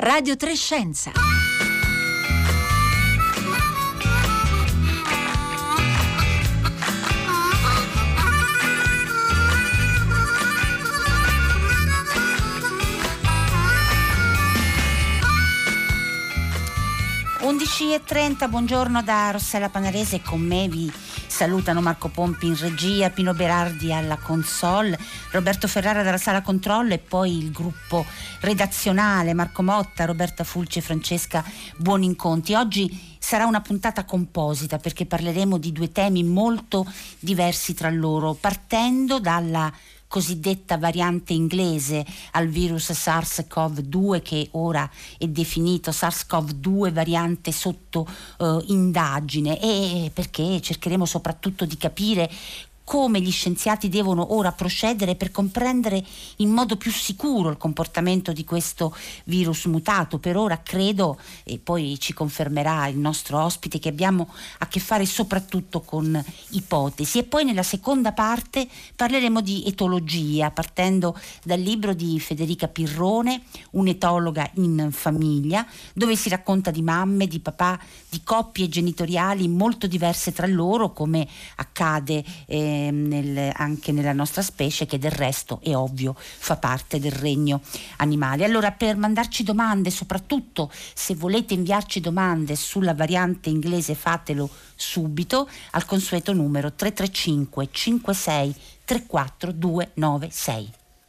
Radio 3 Scienza. e 30, buongiorno da Rossella Panarese. Con me vi salutano Marco Pompi in regia, Pino Berardi alla console, Roberto Ferrara dalla sala controllo e poi il gruppo redazionale Marco Motta, Roberta Fulci e Francesca Buoninconti. Oggi sarà una puntata composita perché parleremo di due temi molto diversi tra loro, partendo dalla cosiddetta variante inglese al virus SARS-CoV-2, che ora è definito SARS-CoV-2 variante sotto indagine, e perché cercheremo soprattutto di capire come gli scienziati devono ora procedere per comprendere in modo più sicuro il comportamento di questo virus mutato. Per ora credo, e poi ci confermerà il nostro ospite, che abbiamo a che fare soprattutto con ipotesi. E poi nella seconda parte parleremo di etologia, partendo dal libro di Federica Pirrone, Un'etologa in famiglia, dove si racconta di mamme, di papà, di coppie genitoriali molto diverse tra loro, come accade anche nella nostra specie, che del resto è ovvio fa parte del regno animale. Allora, per mandarci domande, soprattutto se volete inviarci domande sulla variante inglese, fatelo subito al consueto numero 335 56 34 296.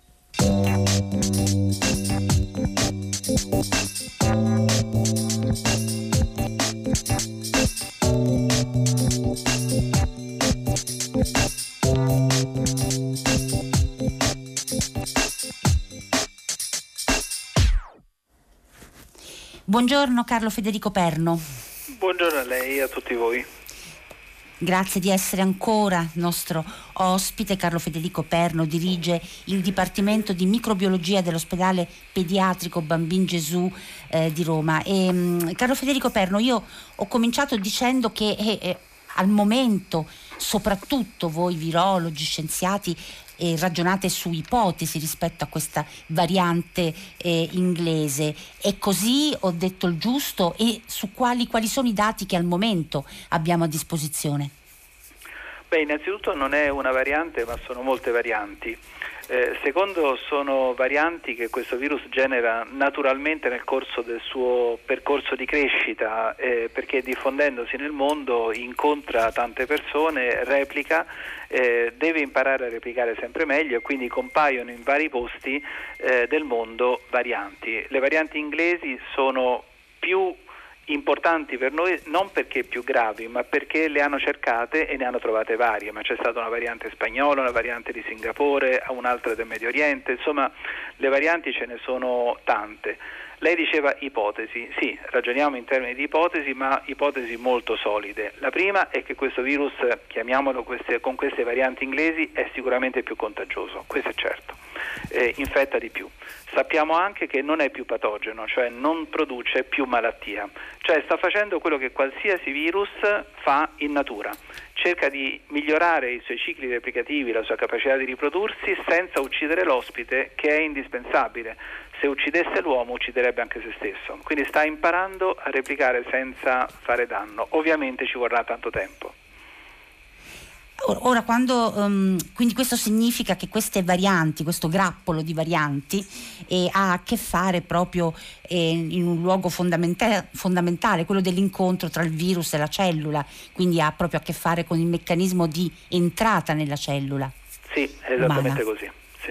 Buongiorno Carlo Federico Perno. Buongiorno a lei e a tutti voi. Grazie di essere ancora nostro ospite. Carlo Federico Perno dirige il Dipartimento di Microbiologia dell'Ospedale Pediatrico Bambin Gesù di Roma. Carlo Federico Perno, io ho cominciato dicendo che al momento, soprattutto voi virologi, scienziati, ragionate su ipotesi rispetto a questa variante inglese. È così? Ho detto il giusto? E su quali sono i dati che al momento abbiamo a disposizione? Beh, innanzitutto non è una variante, ma sono molte varianti. Secondo, sono varianti che questo virus genera naturalmente nel corso del suo percorso di crescita, perché diffondendosi nel mondo incontra tante persone, replica, deve imparare a replicare sempre meglio, e quindi compaiono in vari posti del mondo varianti. Le varianti inglesi sono più importanti per noi non perché più gravi, ma perché le hanno cercate e ne hanno trovate varie. Ma c'è stata una variante spagnola, una variante di Singapore, un'altra del Medio Oriente, insomma le varianti ce ne sono tante. Lei diceva ipotesi, sì, ragioniamo in termini di ipotesi, ma ipotesi molto solide. La prima è che questo virus, chiamiamolo con queste varianti inglesi, è sicuramente più contagioso, questo è certo, infetta di più. Sappiamo anche che non è più patogeno, cioè non produce più malattia, cioè sta facendo quello che qualsiasi virus fa in natura, cerca di migliorare i suoi cicli replicativi, la sua capacità di riprodursi senza uccidere l'ospite, che è indispensabile. Se uccidesse l'uomo ucciderebbe anche se stesso, quindi sta imparando a replicare senza fare danno. Ovviamente ci vorrà tanto tempo. Ora, quindi questo significa che queste varianti, questo grappolo di varianti ha a che fare proprio in un luogo fondamentale, quello dell'incontro tra il virus e la cellula, quindi ha proprio a che fare con il meccanismo di entrata nella cellula. Sì, è esattamente umana. Così. Sì.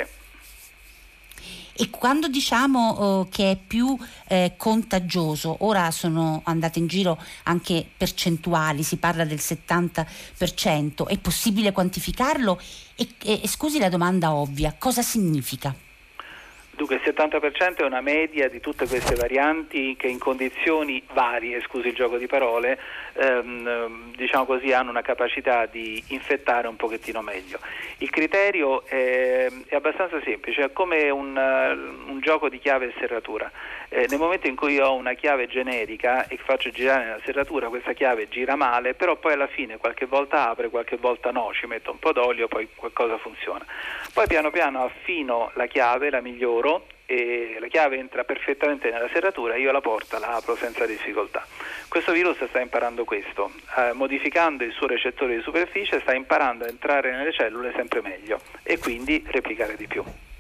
E quando diciamo che è più contagioso, ora sono andate in giro anche percentuali, si parla del 70%, è possibile quantificarlo? E scusi la domanda ovvia, cosa significa? Dunque il 70% è una media di tutte queste varianti che in condizioni varie, scusi il gioco di parole, diciamo così, hanno una capacità di infettare un pochettino meglio. Il criterio è abbastanza semplice, è come un gioco di chiave e serratura. Nel momento in cui io ho una chiave generica e faccio girare nella serratura, questa chiave gira male, però poi alla fine qualche volta apre, qualche volta no, ci metto un po' d'olio, poi qualcosa funziona. Poi piano piano affino la chiave, la miglioro, e la chiave entra perfettamente nella serratura, io la porta, la apro senza difficoltà. Questo virus sta imparando questo, modificando il suo recettore di superficie sta imparando a entrare nelle cellule sempre meglio e quindi replicare di più.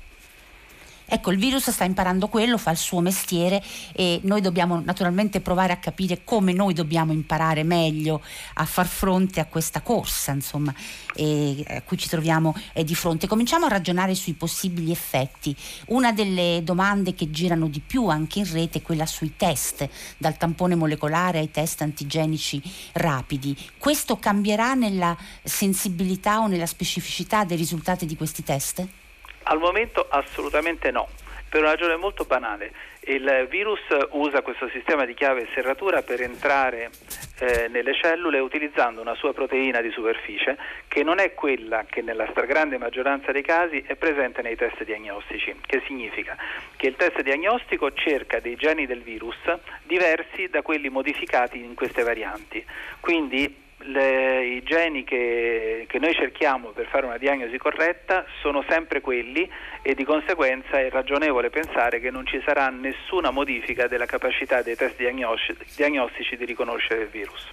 Ecco, il virus sta imparando quello, fa il suo mestiere e noi dobbiamo naturalmente provare a capire come noi dobbiamo imparare meglio a far fronte a questa corsa, insomma, a cui ci troviamo di fronte. Cominciamo a ragionare sui possibili effetti. Una delle domande che girano di più anche in rete è quella sui test, dal tampone molecolare ai test antigenici rapidi. Questo cambierà nella sensibilità o nella specificità dei risultati di questi test? Al momento assolutamente no, per una ragione molto banale. Il virus usa questo sistema di chiave e serratura per entrare nelle cellule utilizzando una sua proteina di superficie che non è quella che nella stragrande maggioranza dei casi è presente nei test diagnostici, che significa che il test diagnostico cerca dei geni del virus diversi da quelli modificati in queste varianti. Quindi i geni che noi cerchiamo per fare una diagnosi corretta sono sempre quelli e di conseguenza è ragionevole pensare che non ci sarà nessuna modifica della capacità dei test diagnostici di riconoscere il virus.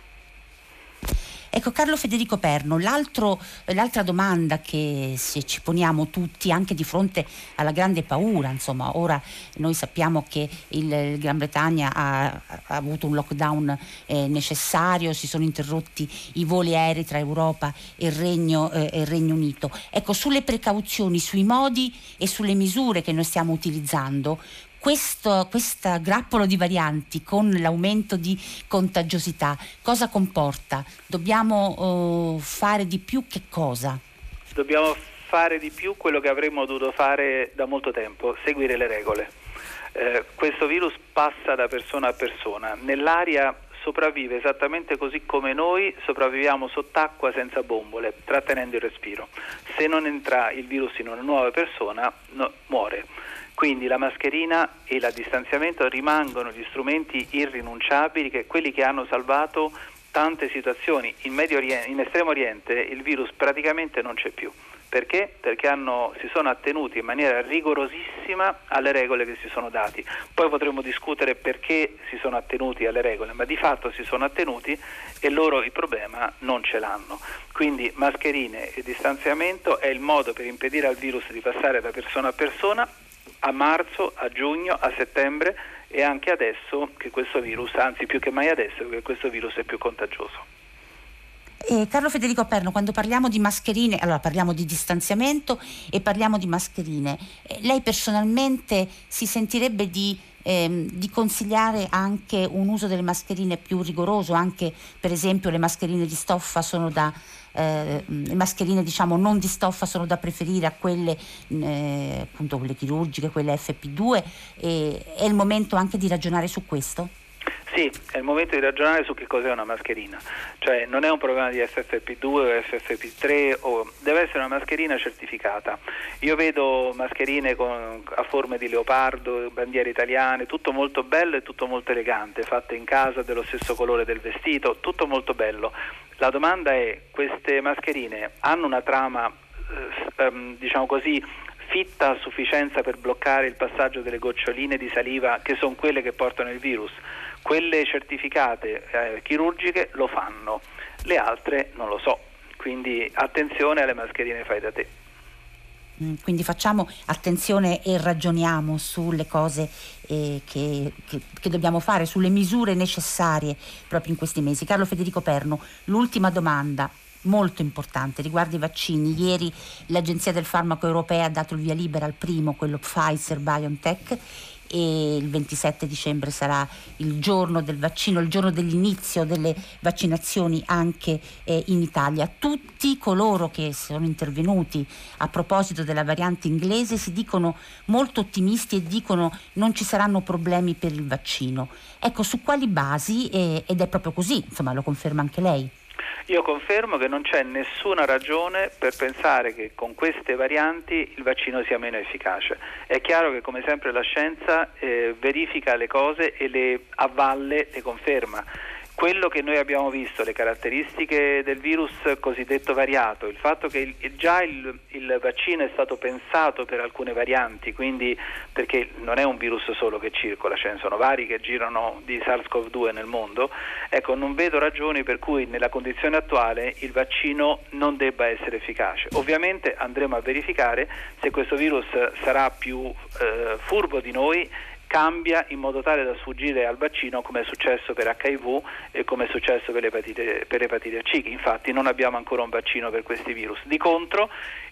Ecco, Carlo Federico Perno, l'altra domanda che ci poniamo tutti anche di fronte alla grande paura, insomma, ora noi sappiamo che il Gran Bretagna ha avuto un lockdown necessario, si sono interrotti i voli aerei tra Europa e il Regno Unito. Ecco, sulle precauzioni, sui modi e sulle misure che noi stiamo utilizzando, questa grappolo di varianti con l'aumento di contagiosità cosa comporta? Dobbiamo fare di più che cosa? Dobbiamo fare di più quello che avremmo dovuto fare da molto tempo, seguire le regole. Questo virus passa da persona a persona, nell'aria sopravvive esattamente così come noi sopravviviamo sott'acqua senza bombole, trattenendo il respiro. Se non entra il virus in una nuova persona, muore. Quindi la mascherina e il distanziamento rimangono gli strumenti irrinunciabili, quelli che hanno salvato tante situazioni. In Estremo Oriente il virus praticamente non c'è più. Perché? Perché si sono attenuti in maniera rigorosissima alle regole che si sono dati. Poi potremo discutere perché si sono attenuti alle regole, ma di fatto si sono attenuti e loro il problema non ce l'hanno. Quindi mascherine e distanziamento è il modo per impedire al virus di passare da persona a persona, a marzo, a giugno, a settembre e anche adesso che questo virus, anzi più che mai adesso, che questo virus è più contagioso. Carlo Federico Perno, quando parliamo di mascherine, allora parliamo di distanziamento e parliamo di mascherine. Lei personalmente si sentirebbe di consigliare anche un uso delle mascherine più rigoroso, anche per esempio le mascherine di stoffa sono le mascherine diciamo non di stoffa sono da preferire a quelle appunto quelle chirurgiche, quelle FP2, è il momento anche di ragionare su questo? Sì, è il momento di ragionare su che cos'è una mascherina, cioè non è un problema di FFP2 o FFP3, deve essere una mascherina certificata. Io vedo mascherine a forme di leopardo, bandiere italiane, tutto molto bello e tutto molto elegante, fatte in casa dello stesso colore del vestito, tutto molto bello. La domanda è, queste mascherine hanno una trama, diciamo così, fitta a sufficienza per bloccare il passaggio delle goccioline di saliva che sono quelle che portano il virus? Quelle certificate chirurgiche lo fanno, le altre non lo so, quindi attenzione alle mascherine fai da te. Quindi facciamo attenzione e ragioniamo sulle cose che dobbiamo fare, sulle misure necessarie proprio in questi mesi. Carlo Federico Perno, l'ultima domanda molto importante riguarda i vaccini. Ieri l'Agenzia del Farmaco Europea ha dato il via libera al primo, quello Pfizer-BioNTech, e il 27 dicembre sarà il giorno del vaccino, il giorno dell'inizio delle vaccinazioni anche in Italia. Tutti coloro che sono intervenuti a proposito della variante inglese si dicono molto ottimisti e dicono non ci saranno problemi per il vaccino. Ecco, su quali basi? Ed è proprio così, insomma, lo conferma anche lei? Io confermo che non c'è nessuna ragione per pensare che con queste varianti il vaccino sia meno efficace. È chiaro che come sempre la scienza verifica le cose e le a valle le conferma. quello che noi abbiamo visto, le caratteristiche del virus cosiddetto variato, il fatto che già il vaccino è stato pensato per alcune varianti, quindi perché non è un virus solo che circola, ce ne sono vari che girano di SARS-CoV-2 nel mondo, ecco, non vedo ragioni per cui nella condizione attuale il vaccino non debba essere efficace. Ovviamente andremo a verificare se questo virus sarà più furbo di noi, cambia in modo tale da sfuggire al vaccino, come è successo per HIV e come è successo per l'epatite C. Infatti non abbiamo ancora un vaccino per questi virus. Di contro,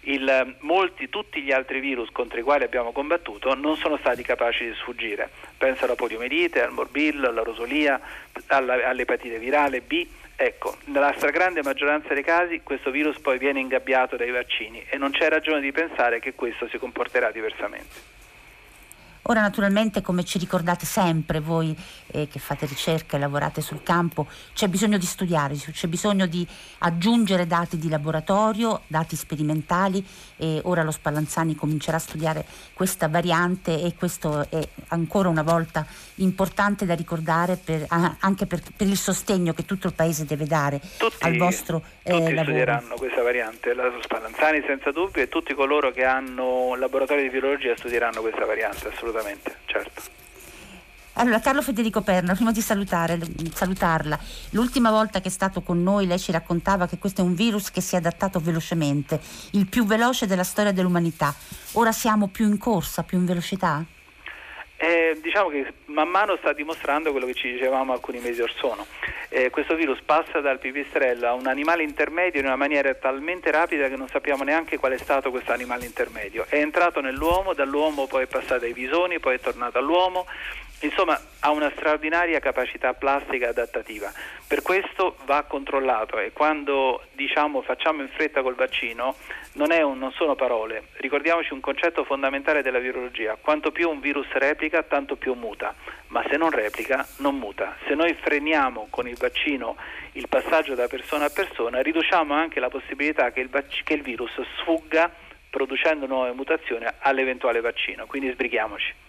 tutti gli altri virus contro i quali abbiamo combattuto non sono stati capaci di sfuggire. Penso alla poliomielite, al morbillo, alla rosolia, all'epatite virale B. Ecco, nella stragrande maggioranza dei casi questo virus poi viene ingabbiato dai vaccini e non c'è ragione di pensare che questo si comporterà diversamente. Ora naturalmente, come ci ricordate sempre voi che fate ricerca e lavorate sul campo, c'è bisogno di studiare, c'è bisogno di aggiungere dati di laboratorio, dati sperimentali, e ora lo Spallanzani comincerà a studiare questa variante e questo è ancora una volta importante da ricordare anche per il sostegno che tutto il Paese deve dare al vostro tutti lavoro. Studieranno questa variante, lo Spallanzani senza dubbio, e tutti coloro che hanno laboratori di virologia studieranno questa variante, assolutamente, certo. Allora, Carlo Federico Perna, prima di salutarla, l'ultima volta che è stato con noi lei ci raccontava che questo è un virus che si è adattato velocemente, il più veloce della storia dell'umanità. Ora siamo più in corsa, più in velocità? Diciamo che man mano sta dimostrando quello che ci dicevamo alcuni mesi or sono. Questo virus passa dal pipistrello a un animale intermedio in una maniera talmente rapida che non sappiamo neanche qual è stato questo animale intermedio. È entrato nell'uomo, dall'uomo poi è passato ai visoni, poi è tornato all'uomo. Insomma, ha una straordinaria capacità plastica adattativa. Per questo va controllato, e quando facciamo in fretta col vaccino non sono parole. Ricordiamoci un concetto fondamentale della virologia: quanto più un virus replica, tanto più muta, ma se non replica non muta. Se noi freniamo con il vaccino il passaggio da persona a persona, riduciamo anche la possibilità che il virus sfugga producendo nuove mutazioni all'eventuale vaccino. Quindi sbrighiamoci.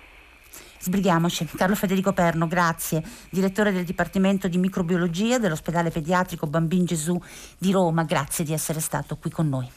Carlo Federico Perno, grazie, direttore del Dipartimento di Microbiologia dell'Ospedale Pediatrico Bambin Gesù di Roma, grazie di essere stato qui con noi.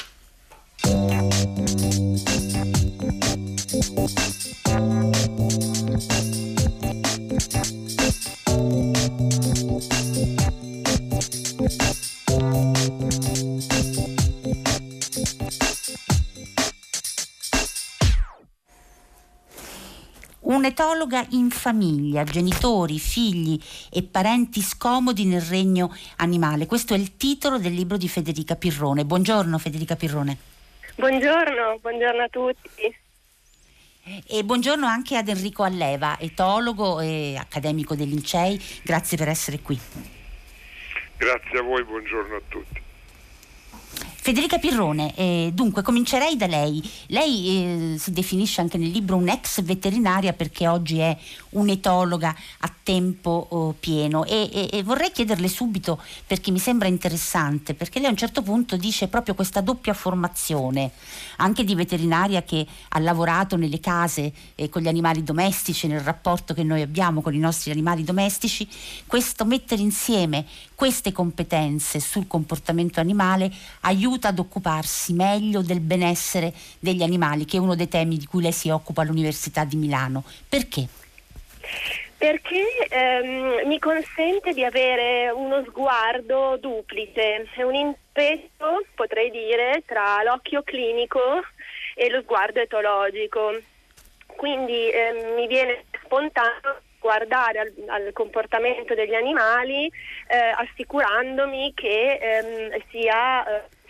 Un'etologa in famiglia, genitori, figli e parenti scomodi nel regno animale. Questo è il titolo del libro di Federica Pirrone. Buongiorno Federica Pirrone. Buongiorno a tutti. E buongiorno anche ad Enrico Alleva, etologo e accademico del Lincei. Grazie per essere qui. Grazie a voi, buongiorno a tutti. Federica Pirrone, dunque comincerei da lei. Lei si definisce anche nel libro un'ex veterinaria perché oggi è un'etologa a tempo pieno e vorrei chiederle subito, perché mi sembra interessante, perché lei a un certo punto dice proprio questa doppia formazione anche di veterinaria che ha lavorato nelle case con gli animali domestici, nel rapporto che noi abbiamo con i nostri animali domestici. Questo mettere insieme queste competenze sul comportamento animale aiuta ad occuparsi meglio del benessere degli animali, che è uno dei temi di cui lei si occupa all'Università di Milano. Perché? Perché mi consente di avere uno sguardo duplice, è un intreccio, potrei dire, tra l'occhio clinico e lo sguardo etologico. Quindi mi viene spontaneo guardare al comportamento degli animali assicurandomi che sia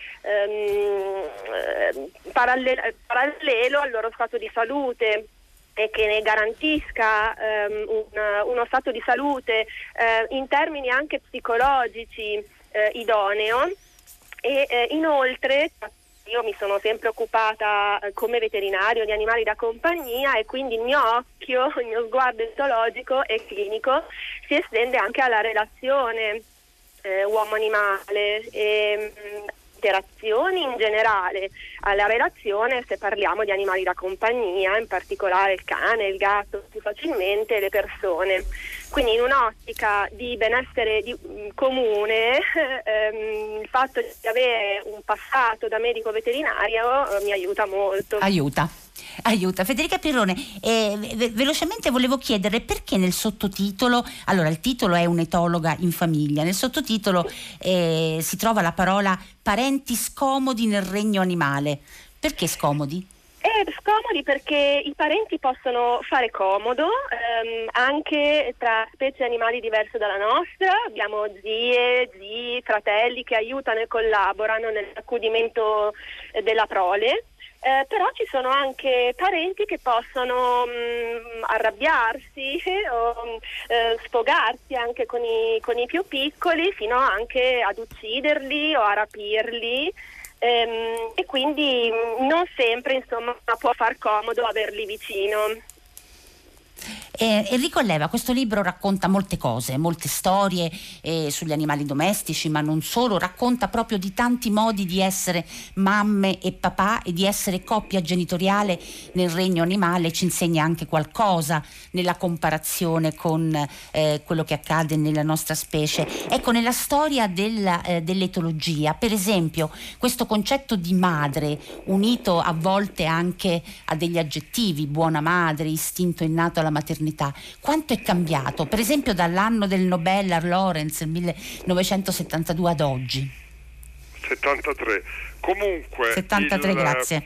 parallelo al loro stato di salute e che ne garantisca uno stato di salute in termini anche psicologici idoneo. E inoltre io mi sono sempre occupata come veterinario di animali da compagnia, e quindi il mio occhio, il mio sguardo etologico e clinico si estende anche alla relazione uomo-animale e interazioni in generale, alla relazione se parliamo di animali da compagnia, in particolare il cane, il gatto, facilmente le persone. Quindi in un'ottica di benessere comune, il fatto di avere un passato da medico veterinario mi aiuta molto. Aiuta. Federica Pirrone, velocemente volevo chiedere perché nel sottotitolo, allora il titolo è Un'etologa in famiglia, nel sottotitolo si trova la parola parenti scomodi nel regno animale. Perché scomodi? Scomodi perché i parenti possono fare comodo anche tra specie animali diverse dalla nostra. Abbiamo zie, zii, fratelli che aiutano e collaborano nell'accudimento della prole. Però ci sono anche parenti che possono arrabbiarsi o sfogarsi anche con i più piccoli, fino anche ad ucciderli o a rapirli. E quindi non sempre, insomma, può far comodo averli vicino. Enrico Leva, questo libro racconta molte cose, molte storie sugli animali domestici, ma non solo, racconta proprio di tanti modi di essere mamme e papà e di essere coppia genitoriale nel regno animale. Ci insegna anche qualcosa nella comparazione con quello che accade nella nostra specie. Ecco, nella storia dell'etologia, per esempio, questo concetto di madre, unito a volte anche a degli aggettivi, buona madre, istinto innato alla maternità, quanto è cambiato, per esempio dall'anno del Nobel a Lawrence, 1972 ad oggi? 73. Comunque 73, grazie.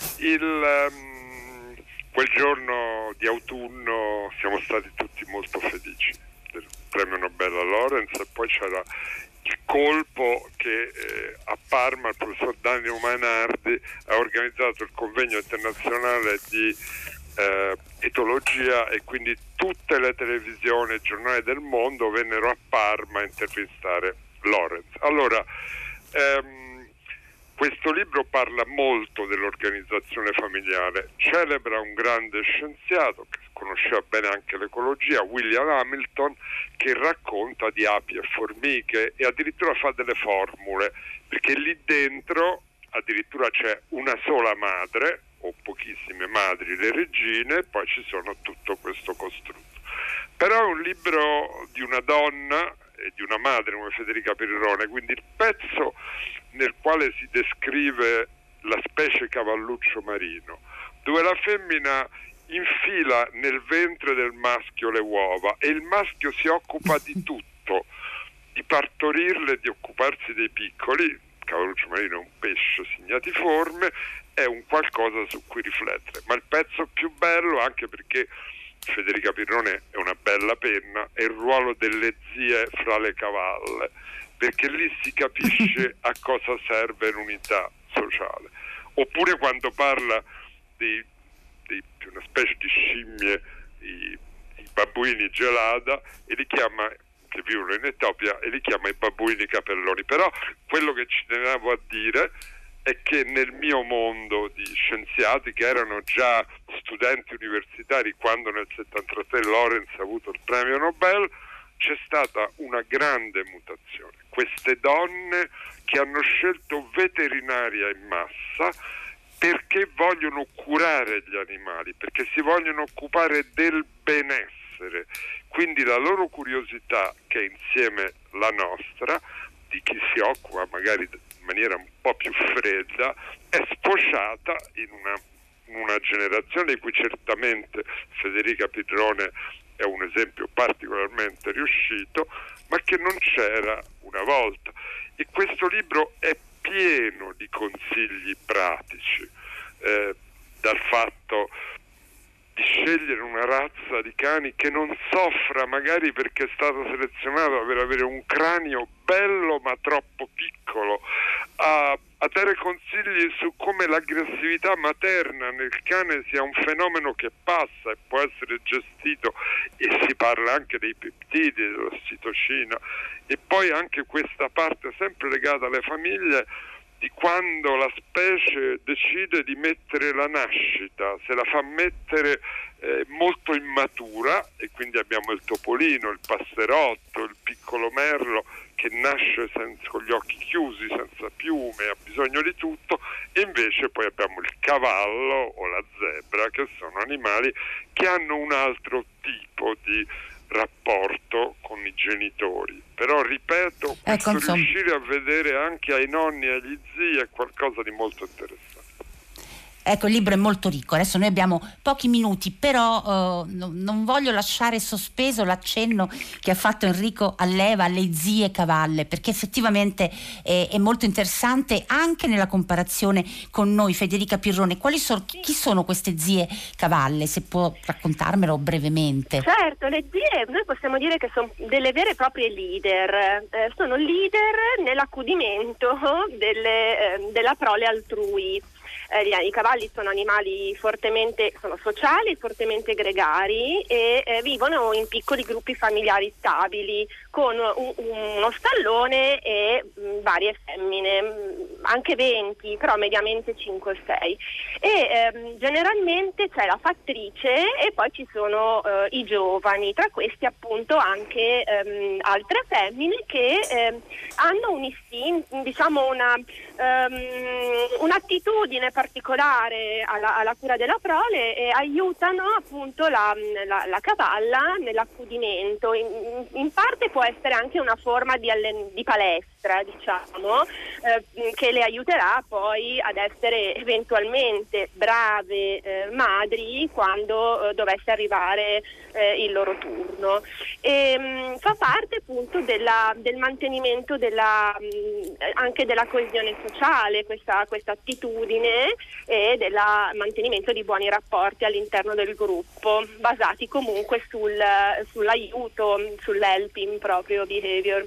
Quel giorno di autunno siamo stati tutti molto felici del premio Nobel a Lawrence, e poi c'era il colpo che a Parma il professor Daniel Mainardi ha organizzato il convegno internazionale di etologia, e quindi tutte le televisioni e giornali del mondo vennero a Parma a intervistare Lawrence. Allora, questo libro parla molto dell'organizzazione familiare, celebra un grande scienziato che conosceva bene anche l'ecologia, William Hamilton, che racconta di api e formiche e addirittura fa delle formule, perché lì dentro addirittura c'è una sola madre o pochissime madri, le regine, poi ci sono tutto questo costrutto. Però è un libro di una donna e di una madre come Federica Pirrone, quindi il pezzo nel quale si descrive la specie cavalluccio marino, dove la femmina infila nel ventre del maschio le uova e il maschio si occupa di tutto, di partorirle, di occuparsi dei piccoli. Il cavalluccio marino è un pesce segnatiforme, è un qualcosa su cui riflettere, ma il pezzo più bello, anche perché Federica Pirrone è una bella penna, è il ruolo delle zie fra le cavalle, perché lì si capisce a cosa serve l'unità sociale. Oppure quando parla di una specie di scimmie, i babbuini gelada, e li chiama, che vivono in Etiopia, e li chiama i babbuini capelloni. Però quello che ci tenevo a dire è che nel mio mondo di scienziati che erano già studenti universitari quando nel 73 Lawrence ha avuto il premio Nobel, c'è stata una grande mutazione. Queste donne che hanno scelto veterinaria in massa perché vogliono curare gli animali, perché si vogliono occupare del benessere. Quindi la loro curiosità, che è insieme la nostra, di chi si occupa magari in maniera un po' più fredda, è sfociata in una generazione di cui certamente Federica Pirrone è un esempio particolarmente riuscito, ma che non c'era una volta. E questo libro è pieno di consigli pratici, dal fatto di scegliere una razza di cani che non soffra magari perché è stata selezionata per avere un cranio bello ma troppo piccolo, a dare consigli su come l'aggressività materna nel cane sia un fenomeno che passa e può essere gestito, e si parla anche dei peptidi, dell'ossitocina, e poi anche questa parte sempre legata alle famiglie di quando la specie decide di mettere la nascita, se la fa mettere molto immatura, e quindi abbiamo il topolino, il passerotto, il piccolo merlo che nasce con gli occhi chiusi, senza piume, ha bisogno di tutto, e invece poi abbiamo il cavallo o la zebra, che sono animali che hanno un altro tipo di rapporto con i genitori. Però ripeto, riuscire a vedere anche ai nonni e agli zii è qualcosa di molto interessante. Ecco, il libro è molto ricco. Adesso noi abbiamo pochi minuti, però non voglio lasciare sospeso l'accenno che ha fatto Enrico Alleva alle zie cavalle, perché effettivamente è molto interessante anche nella comparazione con noi. Federica Pirrone, chi sono queste zie cavalle? Se può raccontarmelo brevemente. Certo, le zie noi possiamo dire che sono delle vere e proprie leader, sono leader nell'accudimento della prole altrui. I cavalli sono animali sono sociali, fortemente gregari e vivono in piccoli gruppi familiari stabili con uno stallone e varie femmine, anche 20, però mediamente 5 o 6. E generalmente c'è la fattrice e poi ci sono i giovani, tra questi appunto anche altre femmine che hanno un istinto, diciamo un'attitudine particolare alla cura della prole e aiutano appunto la cavalla nell'accudimento. In parte può essere anche una forma di palestra, diciamo, che le aiuterà poi ad essere eventualmente brave madri quando dovesse arrivare il loro turno. E fa parte appunto del mantenimento anche della coesione sociale, questa attitudine, e del mantenimento di buoni rapporti all'interno del gruppo, basati comunque sull'aiuto, sull'helping proprio behavior.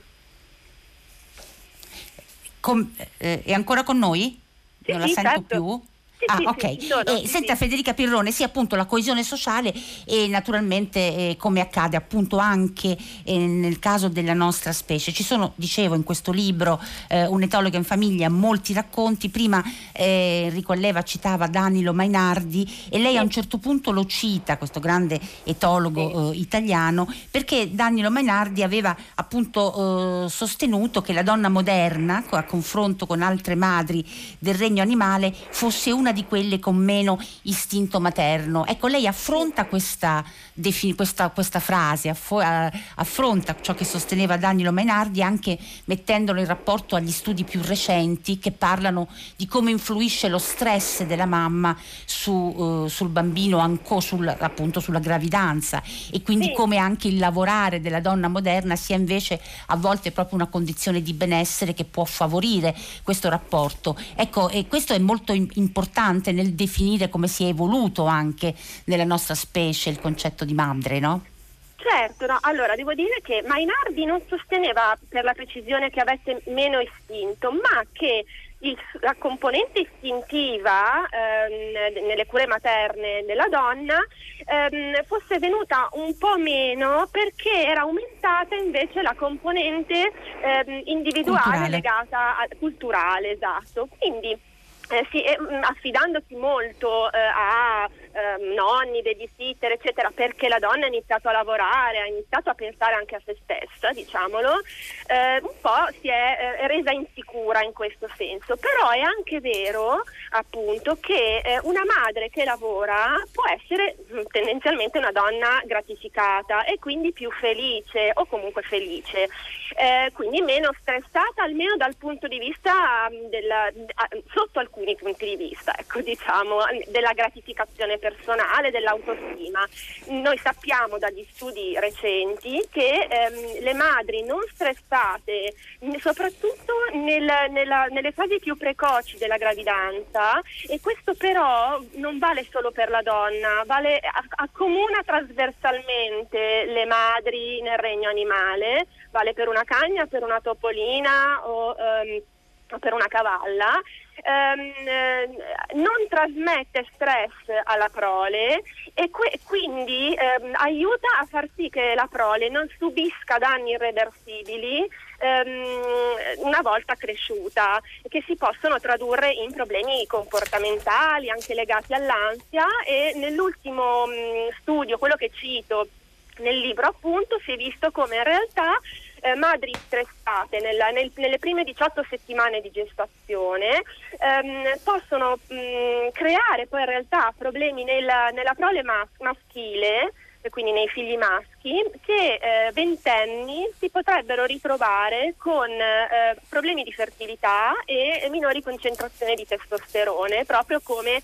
È ancora con noi? Sì, non la sento certo. più? Sì, ok. Senta Federica Pirrone, sì, appunto la coesione sociale e naturalmente come accade appunto anche nel caso della nostra specie. Ci sono, dicevo, in questo libro Un'etologa in famiglia, molti racconti. Prima Enrico Alleva citava Danilo Mainardi e lei a un certo punto lo cita, questo grande etologo italiano, perché Danilo Mainardi aveva appunto sostenuto che la donna moderna, a confronto con altre madri del regno animale, fosse una di quelle con meno istinto materno. Ecco, lei affronta questa frase, affronta ciò che sosteneva Danilo Mainardi, anche mettendolo in rapporto agli studi più recenti che parlano di come influisce lo stress della mamma sul bambino, appunto sulla gravidanza, e quindi come anche il lavorare della donna moderna sia invece a volte proprio una condizione di benessere che può favorire questo rapporto. Ecco, e questo è molto importante nel definire come si è evoluto anche nella nostra specie il concetto di madre, no? Certo, no. Allora devo dire che Mainardi non sosteneva per la precisione che avesse meno istinto, ma che la componente istintiva nelle cure materne della donna fosse venuta un po' meno, perché era aumentata invece la componente individuale legata culturale, esatto. Quindi affidandosi molto a nonni, babysitter, eccetera, perché la donna ha iniziato a lavorare, ha iniziato a pensare anche a se stessa, diciamolo, un po' si è resa insicura in questo senso. Però è anche vero, appunto, che una madre che lavora può essere tendenzialmente una donna gratificata e quindi più felice, o comunque felice, quindi meno stressata, almeno dal punto di vista sotto alcuni punti di vista, ecco, diciamo, della gratificazione personale, dell'autostima. Noi sappiamo dagli studi recenti che le madri non stressate, soprattutto nelle fasi più precoci della gravidanza, e questo però non vale solo per la donna, accomuna trasversalmente le madri nel regno animale, vale per una cagna, per una topolina o per una cavalla. Non trasmette stress alla prole e quindi aiuta a far sì che la prole non subisca danni irreversibili una volta cresciuta, che si possono tradurre in problemi comportamentali anche legati all'ansia. E nell'ultimo studio, quello che cito nel libro, appunto, si è visto come in realtà madri stressate nelle prime 18 settimane di gestazione possono creare poi in realtà problemi nella prole maschile, quindi nei figli maschi, che ventenni si potrebbero ritrovare con problemi di fertilità e minori concentrazioni di testosterone, proprio come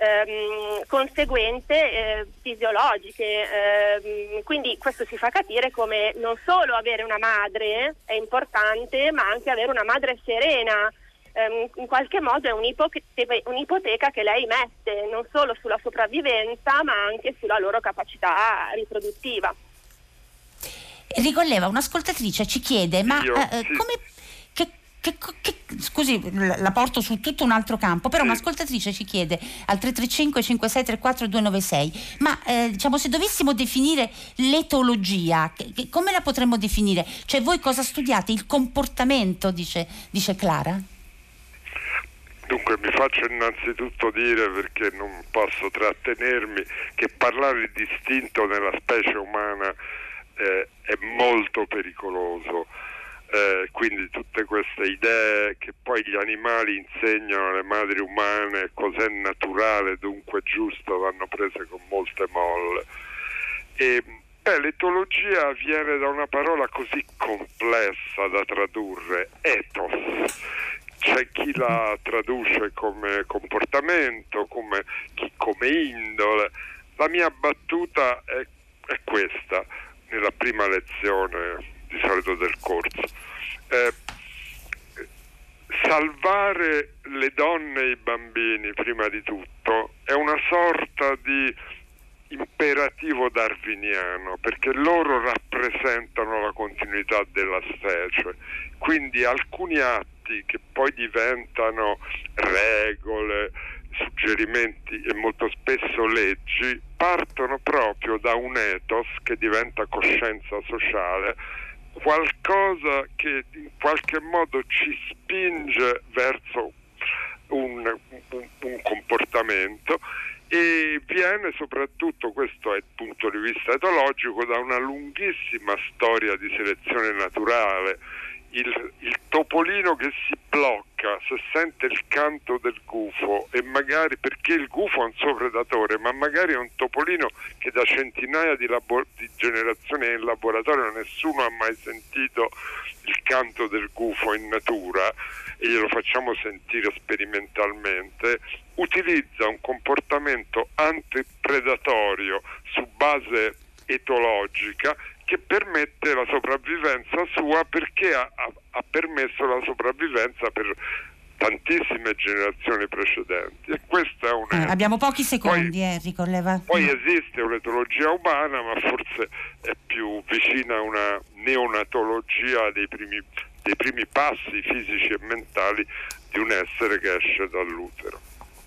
conseguenze fisiologiche. Quindi questo ci fa capire come non solo avere una madre è importante, ma anche avere una madre serena. In qualche modo è un'ipoteca che lei mette non solo sulla sopravvivenza, ma anche sulla loro capacità riproduttiva. Enrico Leva, un'ascoltatrice ci chiede: ma come scusi, la porto su tutto un altro campo, però un'ascoltatrice ci chiede al 335 5634 296: ma diciamo, se dovessimo definire l'etologia, come la potremmo definire? Cioè, voi cosa studiate? Il comportamento, dice Clara? Dunque, mi faccio innanzitutto dire, perché non posso trattenermi, che parlare di istinto nella specie umana è molto pericoloso. Quindi tutte queste idee che poi gli animali insegnano alle madri umane cos'è naturale, dunque giusto, vanno prese con molte molle. L'etologia viene da una parola così complessa da tradurre, ethos. C'è chi la traduce come comportamento, chi come indole. La mia battuta è questa, nella prima lezione di solito del corso. Salvare le donne e i bambini, prima di tutto, è una sorta di imperativo darwiniano, perché loro rappresentano la continuità della specie. Quindi alcuni atti che poi diventano regole, suggerimenti e molto spesso leggi, partono proprio da un ethos che diventa coscienza sociale, qualcosa che in qualche modo ci spinge verso un comportamento, e viene soprattutto, questo è il punto di vista etologico, da una lunghissima storia di selezione naturale. Il topolino che si blocca se sente il canto del gufo, e magari perché il gufo è un suo predatore, ma magari è un topolino che da centinaia di generazioni è in laboratorio, nessuno ha mai sentito il canto del gufo in natura, e glielo facciamo sentire sperimentalmente, utilizza un comportamento antipredatorio su base etologica che permette la sopravvivenza sua, perché ha permesso la sopravvivenza per tantissime generazioni precedenti, e questa è una... abbiamo pochi secondi, Enrico Leva. Poi esiste un'etologia umana, ma forse è più vicina a una neonatologia dei primi passi fisici e mentali di un essere che esce dall'utero.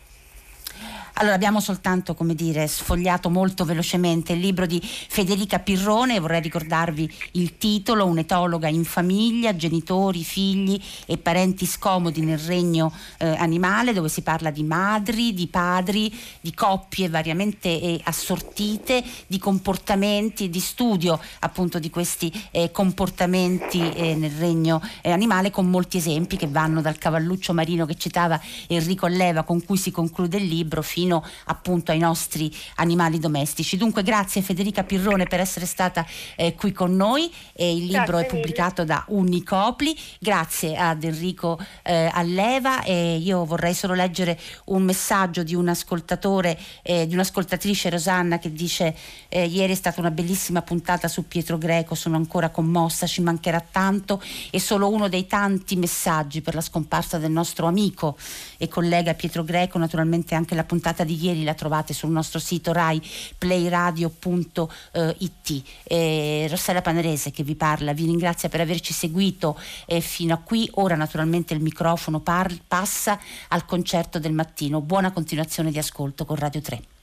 Allora, abbiamo soltanto, sfogliato molto velocemente il libro di Federica Pirrone. Vorrei ricordarvi il titolo: Un'etologa in famiglia, genitori, figli e parenti scomodi nel regno animale, dove si parla di madri, di padri, di coppie variamente assortite, di comportamenti, di studio appunto di questi comportamenti nel regno animale, con molti esempi che vanno dal cavalluccio marino che citava Enrico Leva, con cui si conclude il libro, fino appunto ai nostri animali domestici. Dunque, grazie Federica Pirrone per essere stata qui con noi. Il libro è pubblicato da Unicopli. Grazie ad Enrico Alleva. Io vorrei solo leggere un messaggio di un ascoltatore, di un'ascoltatrice, Rosanna, che dice: ieri è stata una bellissima puntata su Pietro Greco, sono ancora commossa, ci mancherà tanto, è solo uno dei tanti messaggi per la scomparsa del nostro amico e collega Pietro Greco. Naturalmente anche la puntata di ieri la trovate sul nostro sito raiplayradio.it. Rossella Panarese che vi parla vi ringrazia per averci seguito fino a qui. Ora naturalmente il microfono passa al concerto del mattino. Buona continuazione di ascolto con Radio 3.